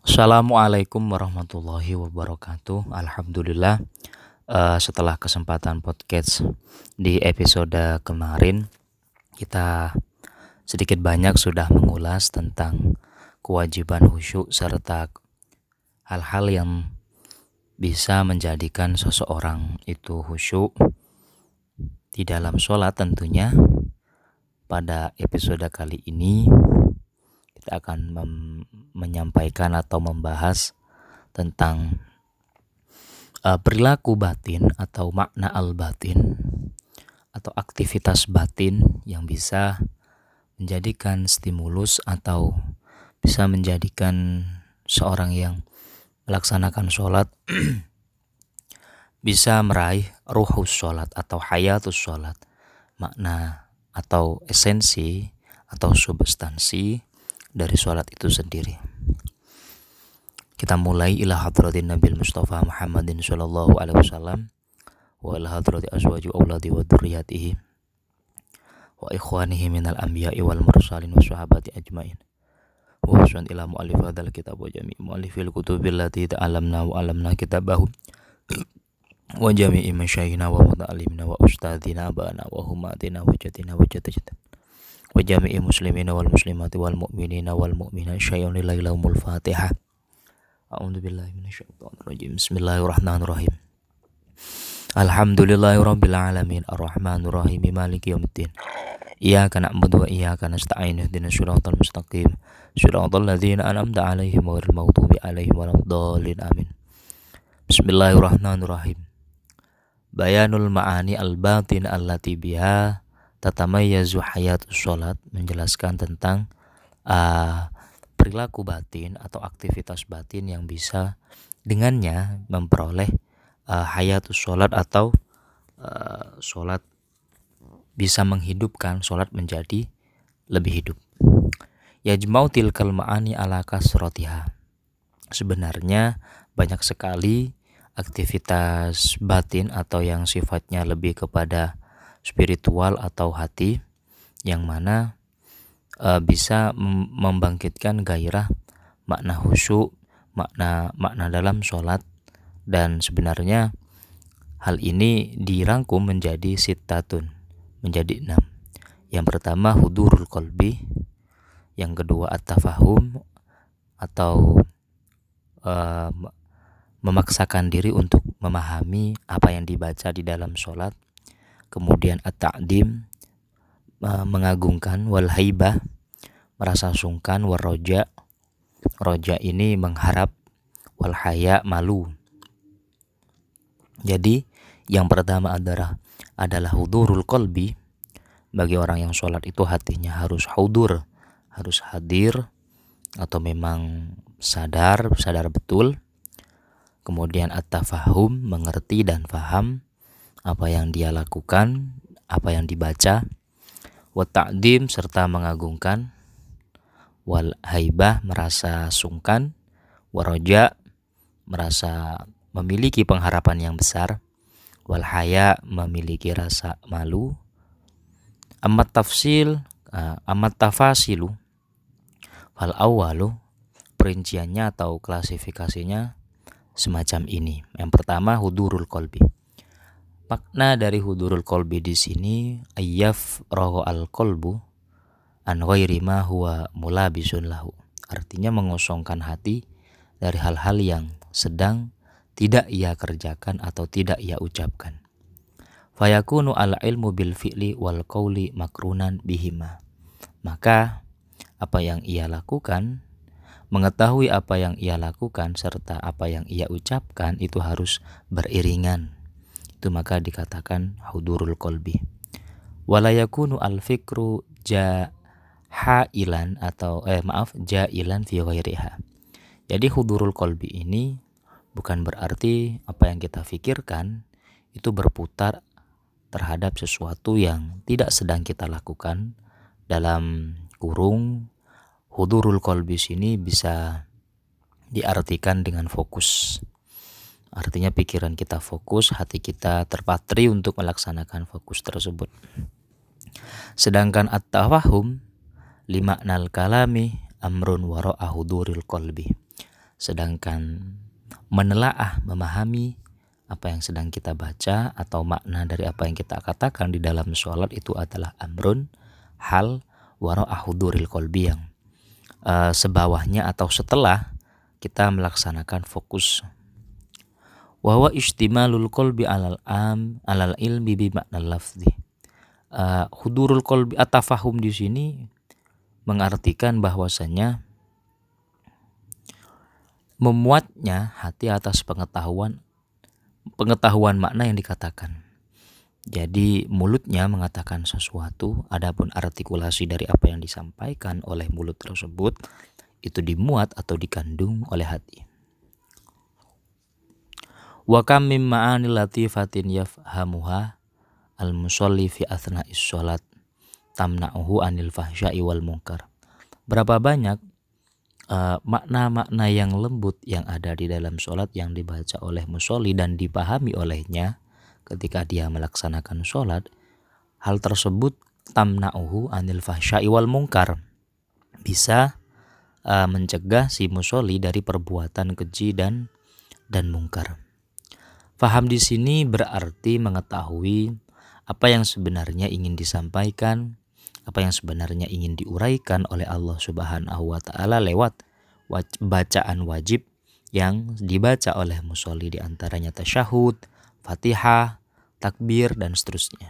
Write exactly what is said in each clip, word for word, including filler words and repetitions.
Assalamualaikum warahmatullahi wabarakatuh. Alhamdulillah, eh, setelah kesempatan podcast di episode kemarin, kita sedikit banyak sudah mengulas tentang kewajiban khusyuk serta hal-hal yang bisa menjadikan seseorang itu khusyuk di dalam sholat tentunya. Pada episode kali ini kita akan mem- menyampaikan atau membahas tentang uh, perilaku batin atau makna al-batin atau aktivitas batin yang bisa menjadikan stimulus atau bisa menjadikan seorang yang melaksanakan sholat bisa meraih ruhus sholat atau hayatus sholat, makna atau esensi atau substansi dari sholat itu sendiri. Kita mulai ila hadratin Nabil Mustafa Muhammadin sallallahu alaihi wasallam wa ila hadrati azwaji auladi wa dzurriyyatihi wa ikhwanihi minal anbiya'i wal mursalin wa sahabati ajmain. Wa hasan ila mu'allif hadzal kitab wa jami' mu'allifil kutubil lati ta'alamna wa alamna kitabahu wa jami'i masyayikhina wa muta'allimina wa ustadzina abana wa humatina wa jatina wa jatajatina wa jami'i muslimina wal muslimati wal mu'minina wal mu'minat syai'un lillahi lahumul fatihah. A'udzu billahi minasyaitonir rajim. Bismillahirrahmanirrahim. Alhamdulillahirabbil alamin arrahmanir rahim maliki yaumiddin. Iyyaka na'budu wa iyyaka nasta'in ihdinas siratal mustaqim siratal ladzina an'amta 'alaihim ghairil maghdubi 'alaihim waladdallin amin. Bismillahirrahmanirrahim. Bayanul ma'ani al-batin allati biha tatamayyazu hayatus shalat, menjelaskan tentang uh, perilaku batin atau aktivitas batin yang bisa dengannya memperoleh uh, hayatus sholat atau uh, sholat bisa menghidupkan sholat menjadi lebih hidup. Yajma'u tilkal ma'ani ala kasratiha. Sebenarnya banyak sekali aktivitas batin atau yang sifatnya lebih kepada spiritual atau hati yang mana bisa membangkitkan gairah makna khusyuk, makna makna dalam sholat, dan sebenarnya hal ini dirangkum menjadi sittatun, menjadi enam. Yang pertama hudurul qalbi, yang kedua at-tafahum atau uh, memaksakan diri untuk memahami apa yang dibaca di dalam sholat, kemudian at-ta'dim, mengagungkan, wal haibah, merasa sungkan, wal roja, roja ini mengharap, wal haya, malu. Jadi yang pertama adalah adalah hudurul qalbi. Bagi orang yang sholat itu hatinya harus hudur, harus hadir atau memang sadar, sadar betul. Kemudian at-tafahum, mengerti dan faham apa yang dia lakukan, apa yang dibaca. Wa ta'dim, serta mengagungkan. Wal haibah, merasa sungkan. Wa roja, merasa memiliki pengharapan yang besar. Wal haya, memiliki rasa malu. Amat tafsil, uh, amat tafasilu, fal awalu, perinciannya atau klasifikasinya semacam ini. Yang pertama hudurul qalbi. Makna dari hudurul qalbi di sini ayyaf rahu al qalbu an ghairi ma huwa mulabisun lahu. Artinya mengosongkan hati dari hal-hal yang sedang tidak ia kerjakan atau tidak ia ucapkan. Fayakunu al ilmu bil fi'li wal qawli makrunan bihima. Maka apa yang ia lakukan, mengetahui apa yang ia lakukan serta apa yang ia ucapkan itu harus beriringan. Itu maka dikatakan hudurul qalbi. Wala yakunu al fikru jahailan atau eh maaf jailan fi ghairiha. Jadi hudurul qalbi ini bukan berarti apa yang kita pikirkan itu berputar terhadap sesuatu yang tidak sedang kita lakukan. Dalam kurung hudurul qalbi sini bisa diartikan dengan fokus. Artinya pikiran kita fokus, hati kita terpatri untuk melaksanakan fokus tersebut. Sedangkan at-tafahum limaknal kalami amrun wara'a huduril qalbi. sedangkan menelaah, memahami apa yang sedang kita baca atau makna dari apa yang kita katakan di dalam sholat itu adalah amrun, hal, wara'a huduril qalbi, yang uh, sebawahnya atau setelah kita melaksanakan fokus. Wa huwa istimalul qalbi alal am alal ilmi bi makna lafzi. Uh, hudurul qalbi atafahum di sini mengartikan bahwasanya memuatnya hati atas pengetahuan pengetahuan makna yang dikatakan. Jadi mulutnya mengatakan sesuatu, adapun artikulasi dari apa yang disampaikan oleh mulut tersebut itu dimuat atau dikandung oleh hati. Wa kam mim ma'ani latifatin yafhamuha al-musalli fi athna'is sholat tamna'uhu anil fahsya'i wal munkar. Berapa banyak uh, makna-makna yang lembut yang ada di dalam sholat yang dibaca oleh musolli dan dipahami olehnya ketika dia melaksanakan sholat. Hal tersebut tamna'uhu anil fahsya'i wal munkar, bisa uh, mencegah si musolli dari perbuatan keji dan dan mungkar. Faham di sini berarti mengetahui apa yang sebenarnya ingin disampaikan, apa yang sebenarnya ingin diuraikan oleh Allah Subhanahu wa taala lewat waj- bacaan wajib yang dibaca oleh musolli, di antaranya tasyahud, Fatihah, takbir dan seterusnya.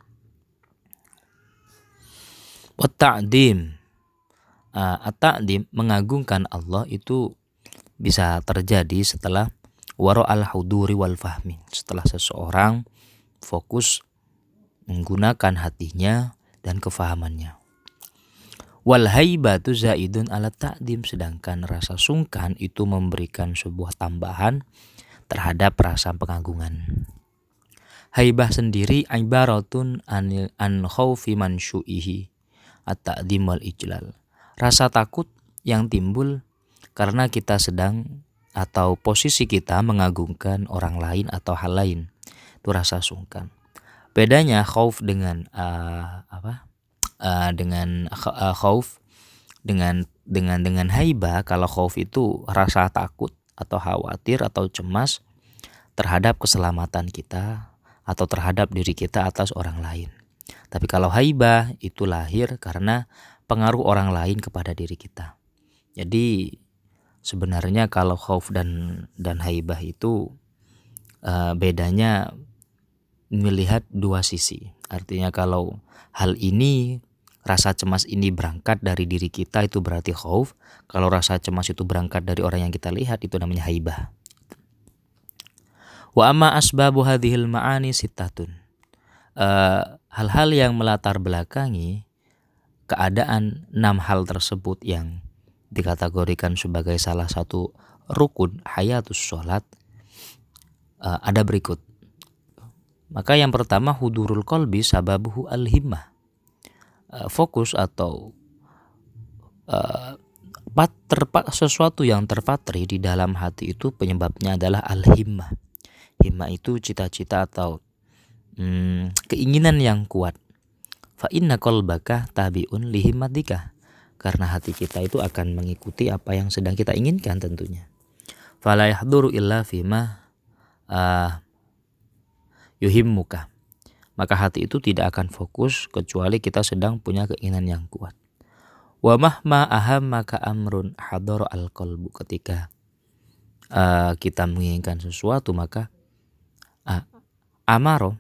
Wa ta'dim. Uh, at-ta'dim, mengagungkan Allah, itu bisa terjadi setelah wara'al huduri wal fahmi, setelah seseorang fokus menggunakan hatinya dan kefahamannya. Wal haibatu zaidun ala ta'dim, sedangkan rasa sungkan itu memberikan sebuah tambahan terhadap rasa pengagungan. Haibah sendiri ibaratun an an khaufi man syu'ihi at-ta'dim wal ijlal. Rasa takut yang timbul karena kita sedang atau posisi kita mengagungkan orang lain atau hal lain, itu rasa sungkan. Bedanya khauf dengan uh, apa? Uh, dengan uh, khauf dengan dengan dengan haibah. Kalau khauf itu rasa takut atau khawatir atau cemas terhadap keselamatan kita atau terhadap diri kita atas orang lain. Tapi kalau haibah itu lahir karena pengaruh orang lain kepada diri kita. Jadi sebenarnya kalau khauf dan dan haibah itu uh, bedanya melihat dua sisi. Artinya kalau hal ini, rasa cemas ini berangkat dari diri kita, itu berarti khauf. Kalau rasa cemas itu berangkat dari orang yang kita lihat, itu namanya haibah. Wa amma asbabu hadhil ma'ani sittatun. Uh, hal-hal yang melatar belakangi keadaan enam hal tersebut yang dikategorikan sebagai salah satu rukun hayatus sholat uh, ada berikut. Maka yang pertama hudurul qalbi sababuhu al-himmah. Uh, fokus atau uh, pat, terpa, sesuatu yang terpatri di dalam hati itu penyebabnya adalah al-himmah. Himmah itu cita-cita atau hmm, keinginan yang kuat. Fa inna qalbaka tabi'un lihimmatika. Karena hati kita itu akan mengikuti apa yang sedang kita inginkan tentunya. Fala yahduru illa fima uh, yuhimmuka. Maka hati itu tidak akan fokus kecuali kita sedang punya keinginan yang kuat. Wa mahma ahammaka amrun hadara al-qalbu. Ketika uh, kita menginginkan sesuatu, maka uh, amaro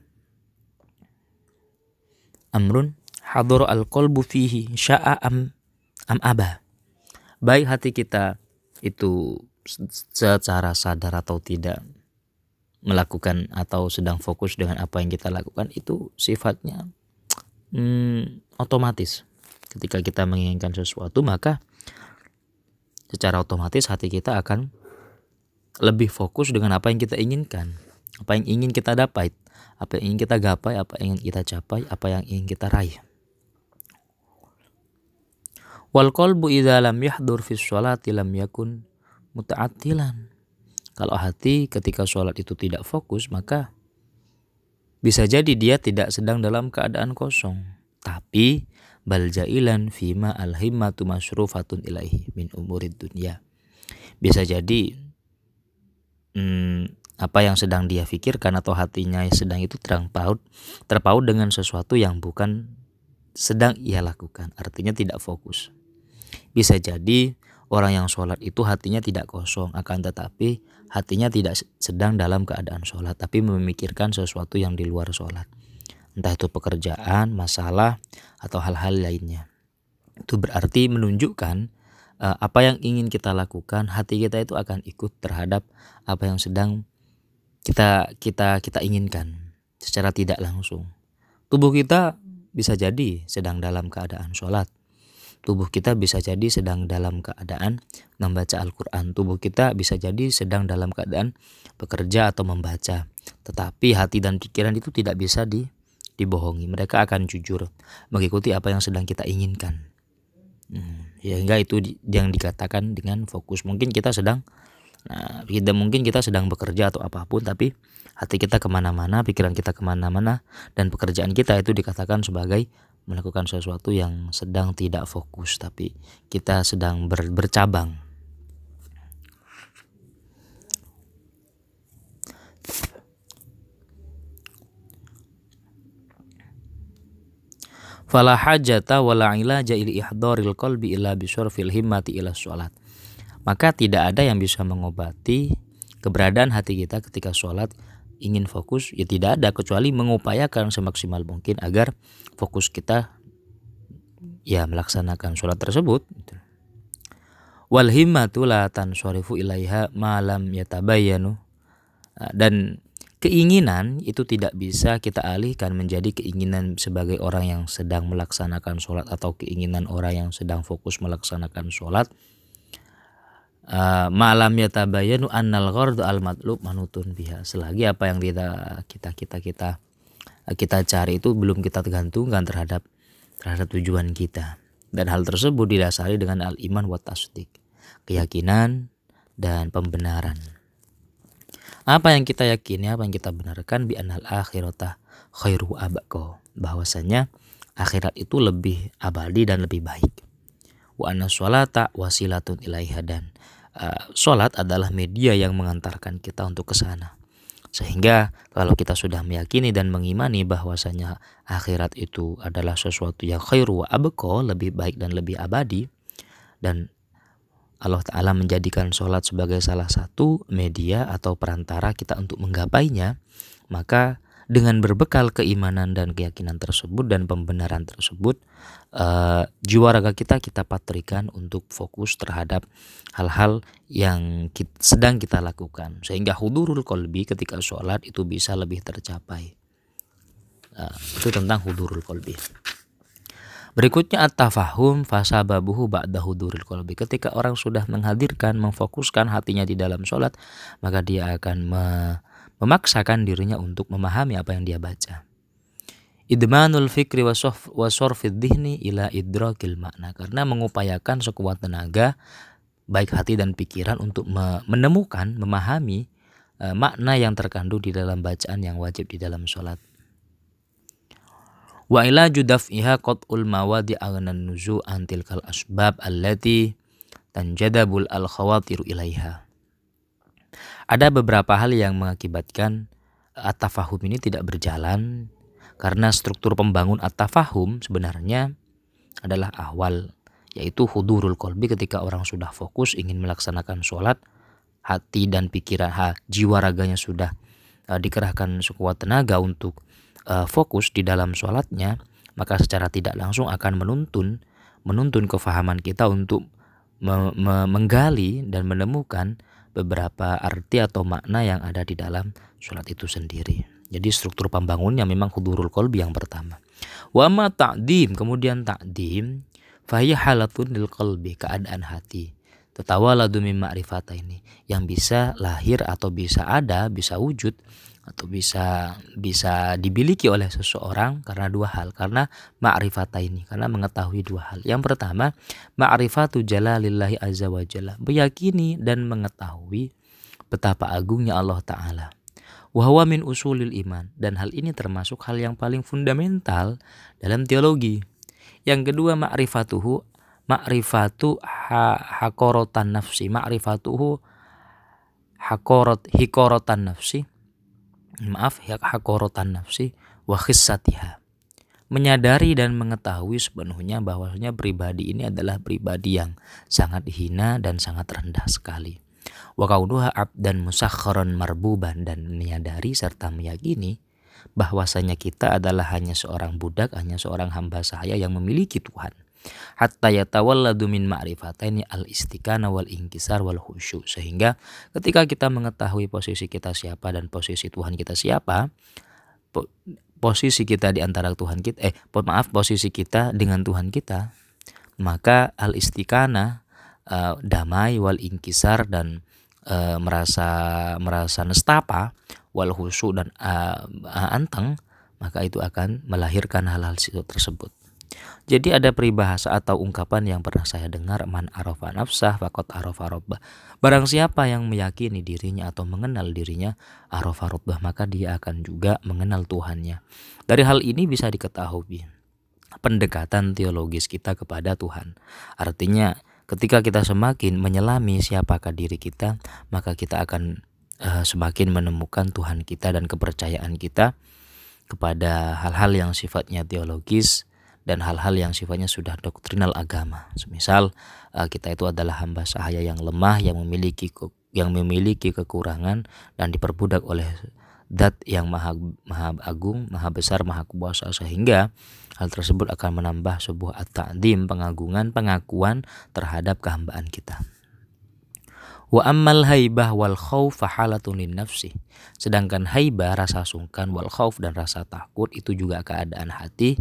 amrun hadara al-qalbu fihi sya'a am am abah. Baik hati kita itu secara sadar atau tidak melakukan atau sedang fokus dengan apa yang kita lakukan, itu sifatnya hmm, otomatis. Ketika kita menginginkan sesuatu, maka secara otomatis hati kita akan lebih fokus dengan apa yang kita inginkan, apa yang ingin kita dapat, apa yang ingin kita gapai, apa yang ingin kita capai, apa yang ingin kita raih. Wal qalbu idza lam yahdur fi sholati lam yakun muta'attilan. Kalau hati ketika sholat itu tidak fokus, maka bisa jadi dia tidak sedang dalam keadaan kosong, tapi bal jailan fima al himmatu masrufatun ilaihi min umurid dunya. Bisa jadi hmm, apa yang sedang dia pikirkan atau hatinya sedang itu terpaut terpaut dengan sesuatu yang bukan sedang ia lakukan, artinya tidak fokus. Bisa jadi orang yang sholat itu hatinya tidak kosong, akan tetapi hatinya tidak sedang dalam keadaan sholat, tapi memikirkan sesuatu yang di luar sholat. Entah itu pekerjaan, masalah, atau hal-hal lainnya. Itu berarti menunjukkan uh, apa yang ingin kita lakukan, hati kita itu akan ikut terhadap apa yang sedang kita kita kita inginkan secara tidak langsung. Tubuh kita bisa jadi sedang dalam keadaan sholat. Tubuh kita bisa jadi sedang dalam keadaan membaca Al-Quran. Tubuh kita bisa jadi sedang dalam keadaan bekerja atau membaca. Tetapi hati dan pikiran itu tidak bisa di, dibohongi. Mereka akan jujur mengikuti apa yang sedang kita inginkan. Hmm, sehingga itu di, yang dikatakan dengan fokus. Mungkin kita sedang, nah, kita mungkin kita sedang bekerja atau apapun, tapi hati kita kemana-mana, pikiran kita kemana-mana, dan pekerjaan kita itu dikatakan sebagai melakukan sesuatu yang sedang tidak fokus, tapi kita sedang ber, bercabang. Fala hajata wala ilaja ili ihdharil qalbi illa bisyarfil himmati ila sholat. Maka tidak ada yang bisa mengobati keberadaan hati kita ketika sholat ingin fokus, ya tidak ada, kecuali mengupayakan semaksimal mungkin agar fokus kita ya melaksanakan sholat tersebut. Wal himmatu la tansarifu ilaiha ma lam yatabayyanu. Dan keinginan itu tidak bisa kita alihkan menjadi keinginan sebagai orang yang sedang melaksanakan sholat atau keinginan orang yang sedang fokus melaksanakan sholat. Uh, malam yatabayanu annal ghardu al matlub manutun biha, selagi apa yang kita kita kita kita kita cari itu belum kita gantungkan terhadap terhadap tujuan kita, dan hal tersebut didasari dengan al iman wa tasdik, keyakinan dan pembenaran. Apa yang kita yakini, apa yang kita benarkan, bi anal akhirata khairu abqa, bahwasanya akhirat itu lebih abadi dan lebih baik. Wa anna sholata wasilatun ilaiha, dan uh, sholat adalah media yang mengantarkan kita untuk ke sana. Sehingga kalau kita sudah meyakini dan mengimani bahwasanya akhirat itu adalah sesuatu yang khairu wa abqa, lebih baik dan lebih abadi, dan Allah Ta'ala menjadikan sholat sebagai salah satu media atau perantara kita untuk menggapainya, maka dengan berbekal keimanan dan keyakinan tersebut dan pembenaran tersebut, uh, jiwa raga kita kita patrikan untuk fokus terhadap hal-hal yang kita, sedang kita lakukan, sehingga hudurul qalbi ketika sholat itu bisa lebih tercapai. Uh, itu tentang hudurul qalbi. Berikutnya at-tafahum fasababuhu ba'da huduril qalbi. Ketika orang sudah menghadirkan, memfokuskan hatinya di dalam sholat, maka dia akan me- memaksakan dirinya untuk memahami apa yang dia baca. Idmanul fikri wa sorfid dhihni ila idrakil makna. Karena mengupayakan sekuat tenaga, baik hati dan pikiran, untuk me- menemukan, memahami uh, makna yang terkandung di dalam bacaan yang wajib di dalam sholat. Wa ilaju daf'iha qat'ul mawadi agnan nuzu antil kal asbab allati tanjadabul al khawatiru ilaiha. Ada beberapa hal yang mengakibatkan at-tafahum ini tidak berjalan, karena struktur pembangun at-tafahum sebenarnya adalah awal, yaitu hudurul qalbi. Ketika orang sudah fokus ingin melaksanakan sholat, hati dan pikiran, ha, jiwa raganya sudah uh, dikerahkan sekuat tenaga untuk fokus di dalam sholatnya, maka secara tidak langsung akan menuntun menuntun kefahaman kita untuk me- me- menggali dan menemukan beberapa arti atau makna yang ada di dalam sholat itu sendiri. Jadi struktur pembangunnya memang hudurul qalbi yang pertama. Wa ma ta'dim, kemudian ta'dim fahiya halatun lil qalbi, keadaan hati. Tatawaladu min ma'rifata, ini yang bisa lahir atau bisa ada, bisa wujud atau bisa bisa dimiliki oleh seseorang karena dua hal, karena ma'rifata ini, karena mengetahui dua hal. Yang pertama, ma'rifatu jalalillahi azza wa jalla, meyakini dan mengetahui betapa agungnya Allah Ta'ala. Wa huwa min usulil iman, dan hal ini termasuk hal yang paling fundamental dalam teologi. Yang kedua, ma'rifatuhu ma'rifatu ha, hakorotan nafsi, ma'rifatuhu hakorot hikorotan nafsi, maaf ya hakorotan nafsi wa khissatiha. Menyadari dan mengetahui sepenuhnya bahwasanya pribadi ini adalah pribadi yang sangat hina dan sangat rendah sekali. Wa kaunuha abdan musakharan marbuban, dan menyadari serta meyakini bahwasanya kita adalah hanya seorang budak, hanya seorang hamba sahaya yang memiliki Tuhan. Hatta yatawalladu min ma'rifataini al-istikana wal inkisar wal khusyu, sehingga ketika kita mengetahui posisi kita siapa dan posisi Tuhan kita siapa, po- posisi kita di antara Tuhan kita eh maaf posisi kita dengan Tuhan kita, maka al-istikana uh, damai, wal inkisar dan uh, merasa merasa nestapa, wal khusyu dan uh, anteng, maka itu akan melahirkan hal-hal tersebut. Jadi ada peribahasa atau ungkapan yang pernah saya dengar, man arafa nafsah faqad arafa rabbah. Barang siapa yang meyakini dirinya atau mengenal dirinya, arafa rabbah, maka dia akan juga mengenal Tuhannya. Dari hal ini bisa diketahui pendekatan teologis kita kepada Tuhan. Artinya ketika kita semakin menyelami siapakah diri kita, maka kita akan uh, semakin menemukan Tuhan kita dan kepercayaan kita kepada hal-hal yang sifatnya teologis dan hal-hal yang sifatnya sudah doktrinal agama. Semisal uh, kita itu adalah hamba sahaya yang lemah, yang memiliki yang memiliki kekurangan dan diperbudak oleh Zat yang maha, maha agung, maha besar, maha kuasa, sehingga hal tersebut akan menambah sebuah at-ta'zim, pengagungan, pengakuan terhadap kehambaan kita. Wa ammal haibah wal khauf fahalatun lin nafsi. Sedangkan haibah, rasa sungkan, wal khauf dan rasa takut, itu juga keadaan hati.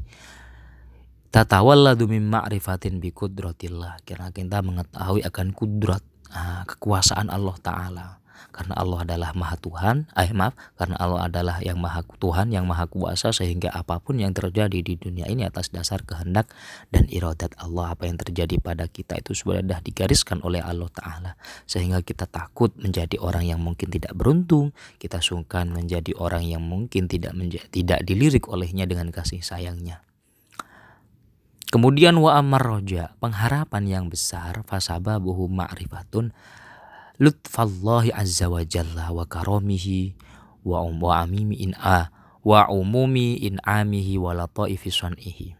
Tatawalladu min ma'rifatin bi qudratillah, karena kita mengetahui akan kudrat, ah, kekuasaan Allah Ta'ala. Karena Allah adalah Maha Tuhan, eh maaf, karena Allah adalah yang Maha Tuhan, yang Maha Kuasa, sehingga apapun yang terjadi di dunia ini atas dasar kehendak dan iradat Allah. Apa yang terjadi pada kita itu sudah digariskan oleh Allah Ta'ala, sehingga kita takut menjadi orang yang mungkin tidak beruntung, kita sungkan menjadi orang yang mungkin tidak menja- tidak dilirik olehnya dengan kasih sayangnya. Kemudian wa ammar roja, pengharapan yang besar, fasababuhu ma'rifatun lutfallahi azza wa jalla wa karomihi wa um wa amimi in a wa umumi in amihi wa lataifi sun'ihi.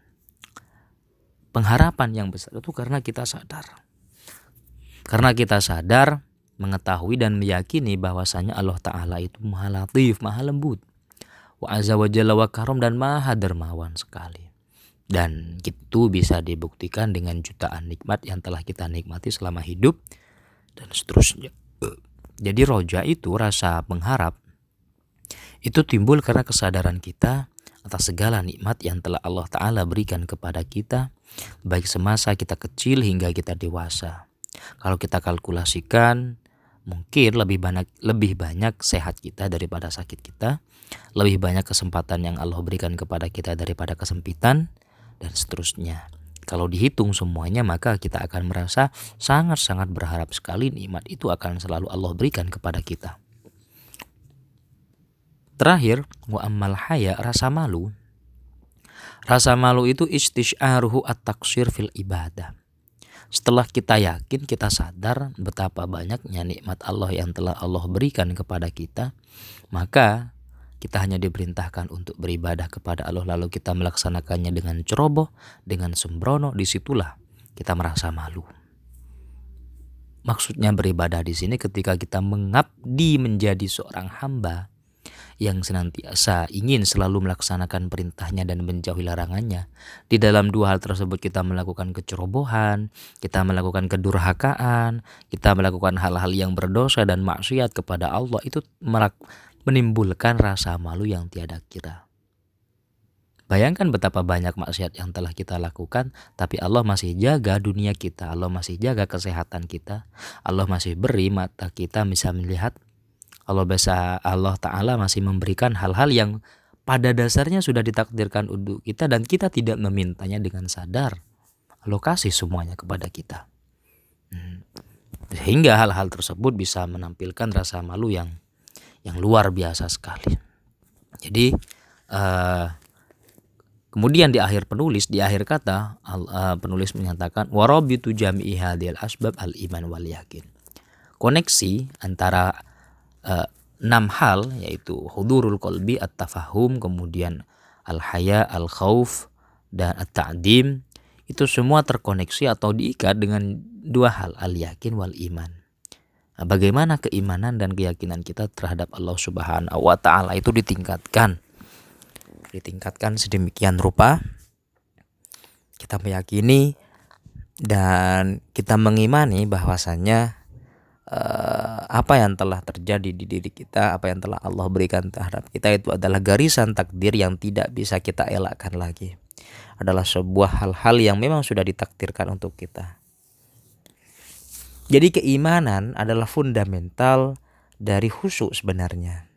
Pengharapan yang besar itu karena kita sadar. Karena kita sadar, mengetahui dan meyakini bahwasanya Allah Ta'ala itu maha latif, maha lembut, wa azza wa jalla wa karom, dan maha dermawan sekali. Dan itu bisa dibuktikan dengan jutaan nikmat yang telah kita nikmati selama hidup dan seterusnya. Jadi roja itu, rasa mengharap, itu timbul karena kesadaran kita atas segala nikmat yang telah Allah Ta'ala berikan kepada kita, baik semasa kita kecil hingga kita dewasa. Kalau kita kalkulasikan, mungkin lebih banyak lebih banyak sehat kita daripada sakit kita, lebih banyak kesempatan yang Allah berikan kepada kita daripada kesempitan, dan seterusnya. Kalau dihitung semuanya, maka kita akan merasa sangat-sangat berharap sekali nikmat itu akan selalu Allah berikan kepada kita. Terakhir, wa ammal haya, rasa malu. Rasa malu itu istish'aruhu at-taqsir fil ibadah. Setelah kita yakin, kita sadar betapa banyaknya nikmat Allah yang telah Allah berikan kepada kita, maka kita hanya diperintahkan untuk beribadah kepada Allah, lalu kita melaksanakannya dengan ceroboh, dengan sembrono. Disitulah kita merasa malu. Maksudnya beribadah di sini ketika kita mengabdi menjadi seorang hamba yang senantiasa ingin selalu melaksanakan perintahnya dan menjauhi larangannya. Di dalam dua hal tersebut kita melakukan kecerobohan, kita melakukan kedurhakaan, kita melakukan hal-hal yang berdosa dan maksiat kepada Allah, itu melakukan menimbulkan rasa malu yang tiada kira. Bayangkan betapa banyak maksiat yang telah kita lakukan, tapi Allah masih jaga dunia kita, Allah masih jaga kesehatan kita, Allah masih beri mata kita bisa melihat, Allah bisa Allah Ta'ala masih memberikan hal-hal yang pada dasarnya sudah ditakdirkan untuk kita dan kita tidak memintanya dengan sadar. Allah kasih semuanya kepada kita. Hmm. Sehingga hal-hal tersebut bisa menampilkan rasa malu yang yang luar biasa sekali. Jadi uh, Kemudian di akhir penulis, di akhir kata penulis menyatakan warabitu jam'i hadhil asbab al-iman wal yakin. Koneksi antara uh, enam hal, yaitu hudurul qalbi, at-tafahum, kemudian al-haya, al-khauf, dan at-ta'dim, itu semua terkoneksi atau diikat dengan dua hal, al-yakin wal iman. Nah, bagaimana keimanan dan keyakinan kita terhadap Allah Subhanahu wa taala itu ditingkatkan. Ditingkatkan sedemikian rupa kita meyakini dan kita mengimani bahwasannya eh, apa yang telah terjadi di diri kita, apa yang telah Allah berikan terhadap kita itu adalah garisan takdir yang tidak bisa kita elakkan lagi. Adalah sebuah hal-hal yang memang sudah ditakdirkan untuk kita. Jadi keimanan adalah fundamental dari khusyuk sebenarnya.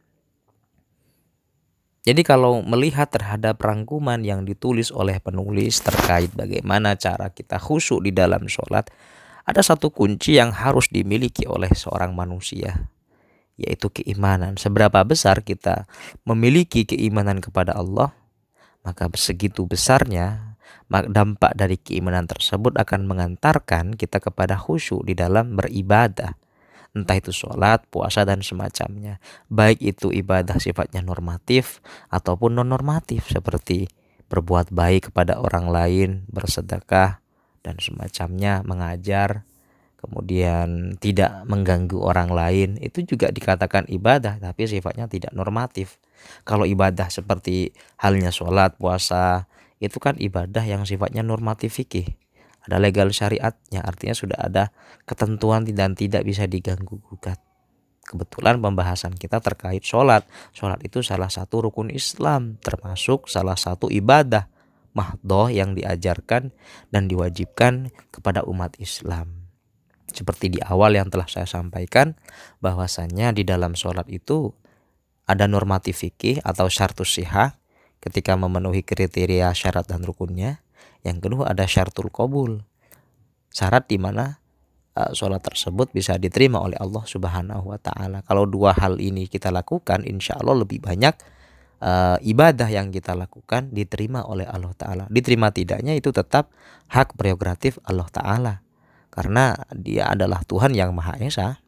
Jadi kalau melihat terhadap rangkuman yang ditulis oleh penulis terkait bagaimana cara kita khusyuk di dalam sholat, ada satu kunci yang harus dimiliki oleh seorang manusia, yaitu keimanan. Seberapa besar kita memiliki keimanan kepada Allah, maka segitu besarnya dampak dari keimanan tersebut akan mengantarkan kita kepada khusyuk di dalam beribadah. Entah itu sholat, puasa, dan semacamnya. Baik itu ibadah sifatnya normatif ataupun non-normatif, seperti berbuat baik kepada orang lain, bersedekah, dan semacamnya, mengajar, kemudian tidak mengganggu orang lain. Itu juga dikatakan ibadah, tapi sifatnya tidak normatif. Kalau ibadah seperti halnya sholat, puasa, itu kan ibadah yang sifatnya normatif fikih. Ada legal syariatnya, artinya sudah ada ketentuan dan tidak bisa diganggu gugat. Kebetulan pembahasan kita terkait sholat. Sholat itu salah satu rukun Islam, termasuk salah satu ibadah mahdhoh yang diajarkan dan diwajibkan kepada umat Islam. Seperti di awal yang telah saya sampaikan, bahwasannya di dalam sholat itu ada normatif fikih atau syartus shihah ketika memenuhi kriteria syarat dan rukunnya. Yang kedua ada syaratul qabul, syarat di mana uh, sholat tersebut bisa diterima oleh Allah Subhanahu wa taala. Kalau dua hal ini kita lakukan, insya Allah lebih banyak uh, ibadah yang kita lakukan diterima oleh Allah taala. Diterima tidaknya itu tetap hak prerogatif Allah taala, karena Dia adalah Tuhan yang Maha Esa.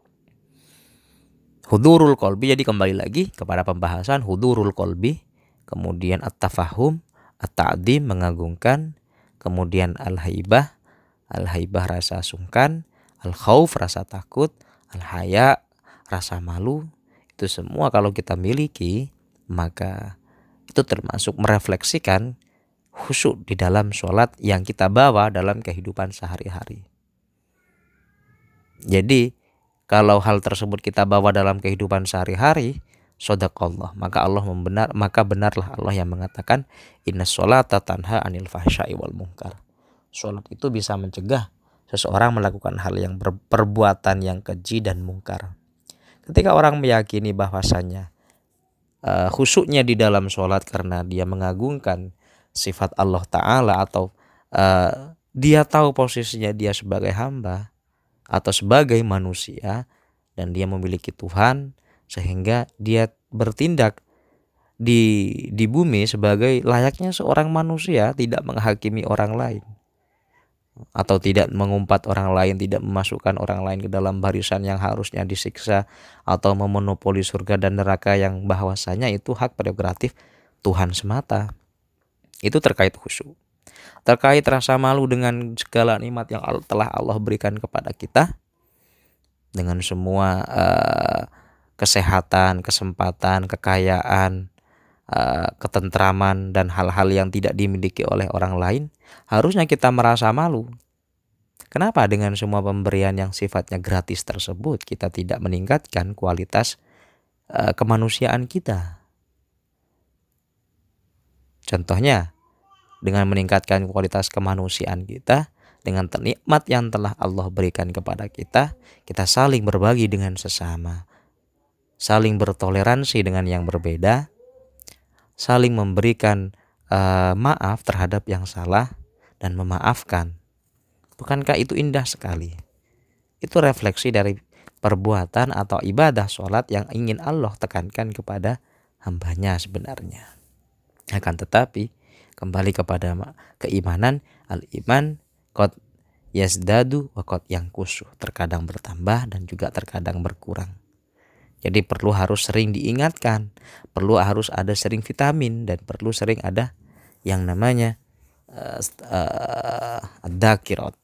Hudurul qalbi, jadi kembali lagi kepada pembahasan hudurul qalbi, kemudian at-tafahum, at-ta'dim, mengagungkan, kemudian al-haibah, al-haibah rasa sungkan, al-khauf rasa takut, al-haya rasa malu. Itu semua kalau kita miliki, maka itu termasuk merefleksikan khusyuk di dalam sholat yang kita bawa dalam kehidupan sehari-hari. Jadi kalau hal tersebut kita bawa dalam kehidupan sehari-hari, shadaqallah, maka Allah membenar, maka benarlah Allah yang mengatakan inna sholata tanha anil fahsya'i wal munkar. Sholat itu bisa mencegah seseorang melakukan hal yang ber, perbuatan yang keji dan mungkar. Ketika orang meyakini bahwasannya uh, khusyuknya di dalam sholat karena dia mengagungkan sifat Allah Ta'ala, atau uh, dia tahu posisinya dia sebagai hamba atau sebagai manusia dan dia memiliki Tuhan, sehingga dia bertindak di di bumi sebagai layaknya seorang manusia, tidak menghakimi orang lain atau tidak mengumpat orang lain, tidak memasukkan orang lain ke dalam barisan yang harusnya disiksa atau memonopoli surga dan neraka yang bahwasanya itu hak prerogatif Tuhan semata. Itu terkait khusyuk. Terkait rasa malu dengan segala nikmat yang telah Allah berikan kepada kita, dengan semua uh, kesehatan, kesempatan, kekayaan, uh, ketentraman, dan hal-hal yang tidak dimiliki oleh orang lain, harusnya kita merasa malu. Kenapa dengan semua pemberian yang sifatnya gratis tersebut kita tidak meningkatkan kualitas uh, kemanusiaan kita? Contohnya, dengan meningkatkan kualitas kemanusiaan kita, dengan nikmat yang telah Allah berikan kepada kita, kita saling berbagi dengan sesama, saling bertoleransi dengan yang berbeda, saling memberikan uh, maaf terhadap yang salah dan memaafkan. Bukankah itu indah sekali? Itu refleksi dari perbuatan atau ibadah sholat yang ingin Allah tekankan kepada hambanya sebenarnya. Akan tetapi kembali kepada keimanan. Al-iman qad yazdadu wa qad yanqusu, terkadang bertambah dan juga terkadang berkurang. Jadi perlu harus sering diingatkan, perlu harus ada sering vitamin, dan perlu sering ada yang namanya uh, uh, ad-dakirat.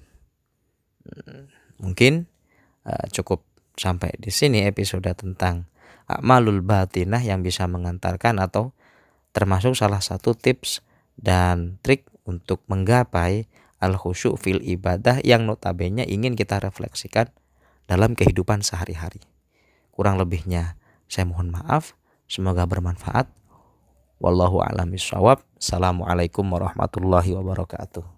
Mungkin uh, cukup sampai di sini episode tentang a'malul batinah yang bisa mengantarkan atau termasuk salah satu tips dan trik untuk menggapai al-khusyuk fil ibadah yang notabene ingin kita refleksikan dalam kehidupan sehari-hari. Kurang lebihnya saya mohon maaf, semoga bermanfaat. Wallahu a'lam bishawab. Assalamualaikum warahmatullahi wabarakatuh.